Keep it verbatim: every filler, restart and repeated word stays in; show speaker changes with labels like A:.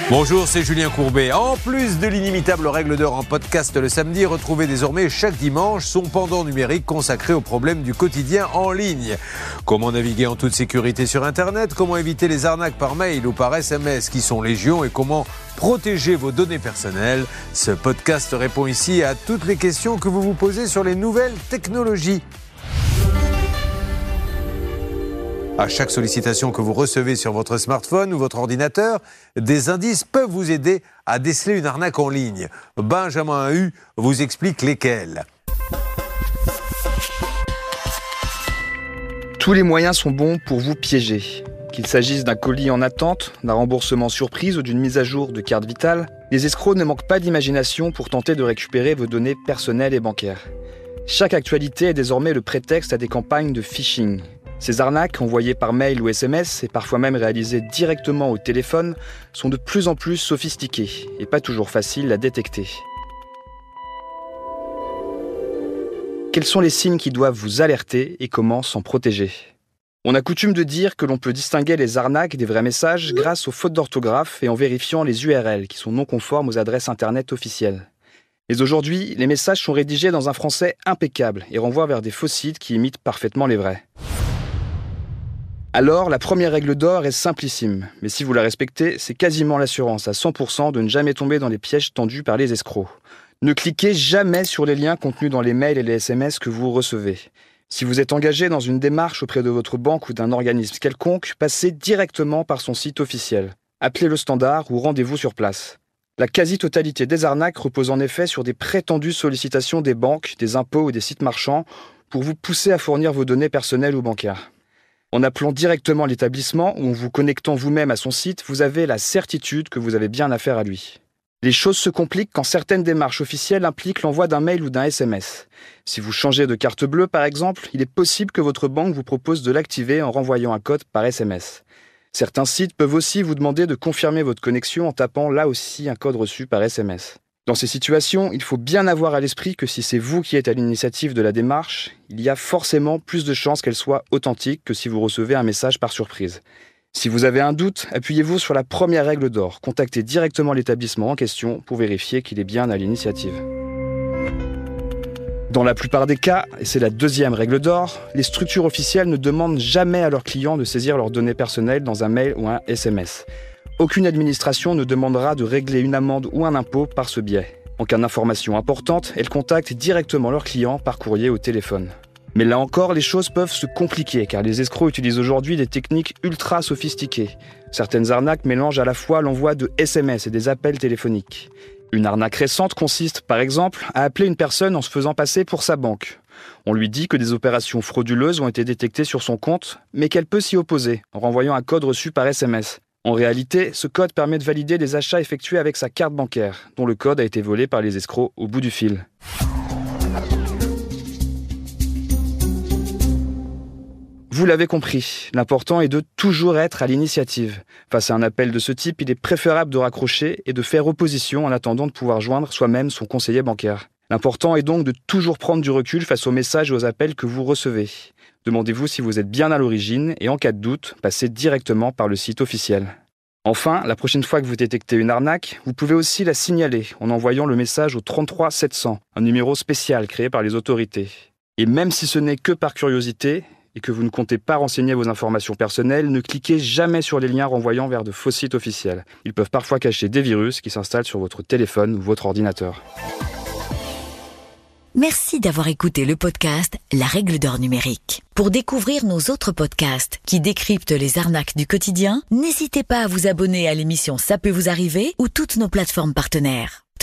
A: Bonjour, c'est Julien Courbet. En plus de l'inimitable Règle d'or en podcast le samedi, retrouvez désormais chaque dimanche son pendant numérique consacré aux problèmes du quotidien en ligne. Comment naviguer en toute sécurité sur Internet, comment éviter les arnaques par mail ou par S M S qui sont légion et comment protéger vos données personnelles. Ce podcast répond ici à toutes les questions que vous vous posez sur les nouvelles technologies. À chaque sollicitation que vous recevez sur votre smartphone ou votre ordinateur, des indices peuvent vous aider à déceler une arnaque en ligne. Benjamin Ahu vous explique lesquels.
B: Tous les moyens sont bons pour vous piéger. Qu'il s'agisse d'un colis en attente, d'un remboursement surprise ou d'une mise à jour de carte vitale, les escrocs ne manquent pas d'imagination pour tenter de récupérer vos données personnelles et bancaires. Chaque actualité est désormais le prétexte à des campagnes de phishing. Ces arnaques, envoyées par mail ou S M S et parfois même réalisées directement au téléphone, sont de plus en plus sophistiquées et pas toujours faciles à détecter. Quels sont les signes qui doivent vous alerter et comment s'en protéger ? On a coutume de dire que l'on peut distinguer les arnaques des vrais messages grâce aux fautes d'orthographe et en vérifiant les U R L qui sont non conformes aux adresses internet officielles. Mais aujourd'hui, les messages sont rédigés dans un français impeccable et renvoient vers des faux sites qui imitent parfaitement les vrais. Alors, la première règle d'or est simplissime, mais si vous la respectez, c'est quasiment l'assurance à cent pour cent de ne jamais tomber dans les pièges tendus par les escrocs. Ne cliquez jamais sur les liens contenus dans les mails et les S M S que vous recevez. Si vous êtes engagé dans une démarche auprès de votre banque ou d'un organisme quelconque, passez directement par son site officiel. Appelez le standard ou rendez-vous sur place. La quasi-totalité des arnaques repose en effet sur des prétendues sollicitations des banques, des impôts ou des sites marchands pour vous pousser à fournir vos données personnelles ou bancaires. En appelant directement l'établissement ou en vous connectant vous-même à son site, vous avez la certitude que vous avez bien affaire à lui. Les choses se compliquent quand certaines démarches officielles impliquent l'envoi d'un mail ou d'un S M S. Si vous changez de carte bleue, par exemple, il est possible que votre banque vous propose de l'activer en renvoyant un code par S M S. Certains sites peuvent aussi vous demander de confirmer votre connexion en tapant là aussi un code reçu par S M S. Dans ces situations, il faut bien avoir à l'esprit que si c'est vous qui êtes à l'initiative de la démarche, il y a forcément plus de chances qu'elle soit authentique que si vous recevez un message par surprise. Si vous avez un doute, appuyez-vous sur la première règle d'or. Contactez directement l'établissement en question pour vérifier qu'il est bien à l'initiative. Dans la plupart des cas, et c'est la deuxième règle d'or, les structures officielles ne demandent jamais à leurs clients de saisir leurs données personnelles dans un mail ou un S M S. Aucune administration ne demandera de régler une amende ou un impôt par ce biais. En cas d'information importante, elles contactent directement leurs clients par courrier ou téléphone. Mais là encore, les choses peuvent se compliquer car les escrocs utilisent aujourd'hui des techniques ultra sophistiquées. Certaines arnaques mélangent à la fois l'envoi de S M S et des appels téléphoniques. Une arnaque récente consiste, par exemple, à appeler une personne en se faisant passer pour sa banque. On lui dit que des opérations frauduleuses ont été détectées sur son compte, mais qu'elle peut s'y opposer en renvoyant un code reçu par S M S. En réalité, ce code permet de valider des achats effectués avec sa carte bancaire, dont le code a été volé par les escrocs au bout du fil. Vous l'avez compris, l'important est de toujours être à l'initiative. Face à un appel de ce type, il est préférable de raccrocher et de faire opposition en attendant de pouvoir joindre soi-même son conseiller bancaire. L'important est donc de toujours prendre du recul face aux messages et aux appels que vous recevez. Demandez-vous si vous êtes bien à l'origine et en cas de doute, passez directement par le site officiel. Enfin, la prochaine fois que vous détectez une arnaque, vous pouvez aussi la signaler en envoyant le message au trente-trois sept cents, un numéro spécial créé par les autorités. Et même si ce n'est que par curiosité et que vous ne comptez pas renseigner vos informations personnelles, ne cliquez jamais sur les liens renvoyant vers de faux sites officiels. Ils peuvent parfois cacher des virus qui s'installent sur votre téléphone ou votre ordinateur.
C: Merci d'avoir écouté le podcast La Règle d'or numérique. Pour découvrir nos autres podcasts qui décryptent les arnaques du quotidien, n'hésitez pas à vous abonner à l'émission Ça peut vous arriver ou toutes nos plateformes partenaires.